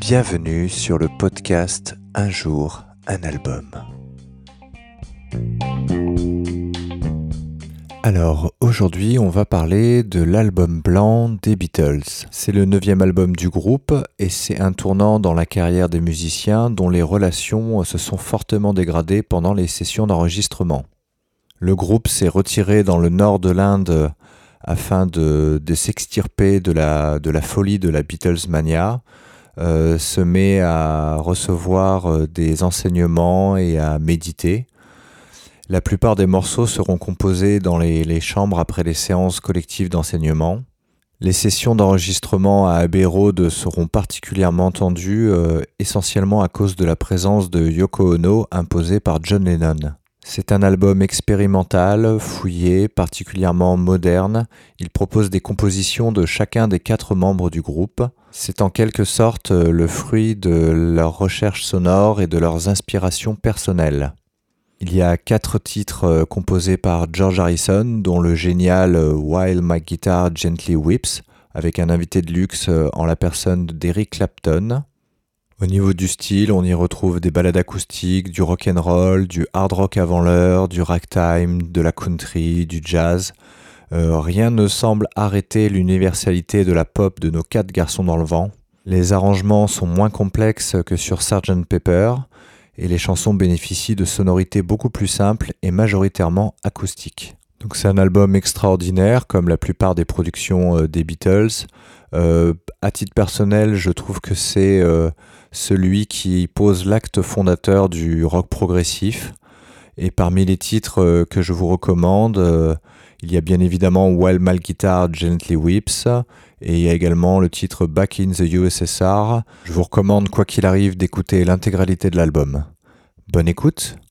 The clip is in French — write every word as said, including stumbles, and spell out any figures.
Bienvenue sur le podcast Un jour, un album. Alors aujourd'hui on va parler de l'album blanc des Beatles. C'est le neuvième album du groupe et c'est un tournant dans la carrière des musiciens dont les relations se sont fortement dégradées pendant les sessions d'enregistrement. Le groupe s'est retiré dans le nord de l'Inde afin de, de s'extirper de la, de la folie de la Beatlesmania, euh, se met à recevoir des enseignements et à méditer. La plupart des morceaux seront composés dans les, les chambres après les séances collectives d'enseignement. Les sessions d'enregistrement à Abbey Road seront particulièrement tendues, euh, essentiellement à cause de la présence de Yoko Ono imposée par John Lennon. C'est un album expérimental, fouillé, particulièrement moderne. Il propose des compositions de chacun des quatre membres du groupe. C'est en quelque sorte le fruit de leurs recherches sonores et de leurs inspirations personnelles. Il y a quatre titres composés par George Harrison, dont le génial While My Guitar Gently Weeps, avec un invité de luxe en la personne d'Eric Clapton. Au niveau du style, on y retrouve des ballades acoustiques, du rock'n'roll, du hard rock avant l'heure, du ragtime, de la country, du jazz. Euh, rien ne semble arrêter l'universalité de la pop de nos quatre garçons dans le vent. Les arrangements sont moins complexes que sur sergent Pepper et les chansons bénéficient de sonorités beaucoup plus simples et majoritairement acoustiques. Donc c'est un album extraordinaire, comme la plupart des productions euh, des Beatles. Euh, à titre personnel, je trouve que c'est euh, celui qui pose l'acte fondateur du rock progressif. Et parmi les titres euh, que je vous recommande, euh, il y a bien évidemment While My Guitar Gently Weeps et il y a également le titre Back in the U S S R. Je vous recommande quoi qu'il arrive d'écouter l'intégralité de l'album. Bonne écoute!